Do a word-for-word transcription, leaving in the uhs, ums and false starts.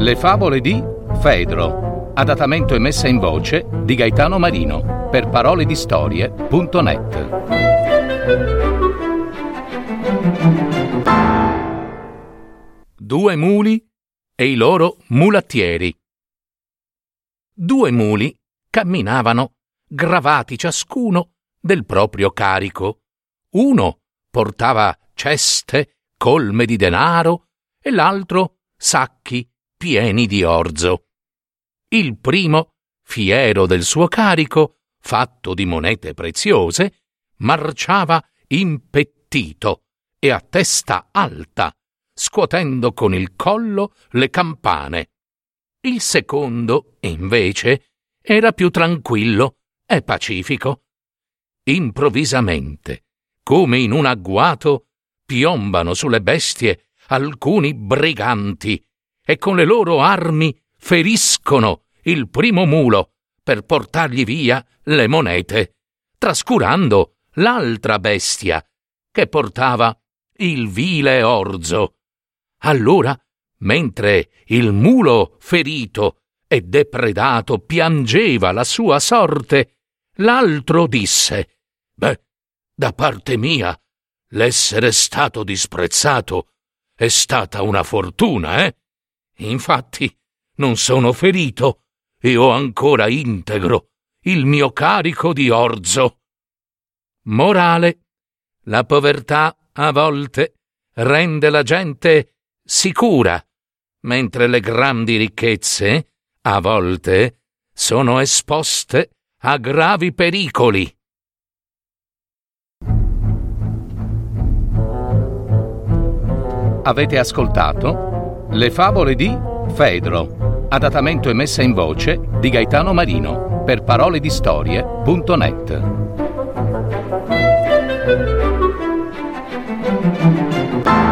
Le favole di Fedro, adattamento e messa in voce di Gaetano Marino per parole di storie punto net. Due muli e i loro mulattieri. Due muli camminavano gravati ciascuno del proprio carico. Uno portava ceste colme di denaro e l'altro sacchi pieni di orzo. Il primo, fiero del suo carico, fatto di monete preziose, marciava impettito e a testa alta, scuotendo con il collo le campane. Il secondo, invece, era più tranquillo e pacifico. Improvvisamente, come in un agguato, piombano sulle bestie alcuni briganti e con le loro armi feriscono il primo mulo per portargli via le monete, trascurando l'altra bestia che portava il vile orzo. Allora, mentre il mulo ferito e depredato piangeva la sua sorte, l'altro disse: «Beh, da parte mia, l'essere stato disprezzato è stata una fortuna, eh? Infatti, non sono ferito e ho ancora integro il mio carico di orzo». Morale: la povertà a volte rende la gente sicura, mentre le grandi ricchezze a volte sono esposte a gravi pericoli. Avete ascoltato Le favole di Fedro, adattamento e messa in voce di Gaetano Marino per parole di storie punto net.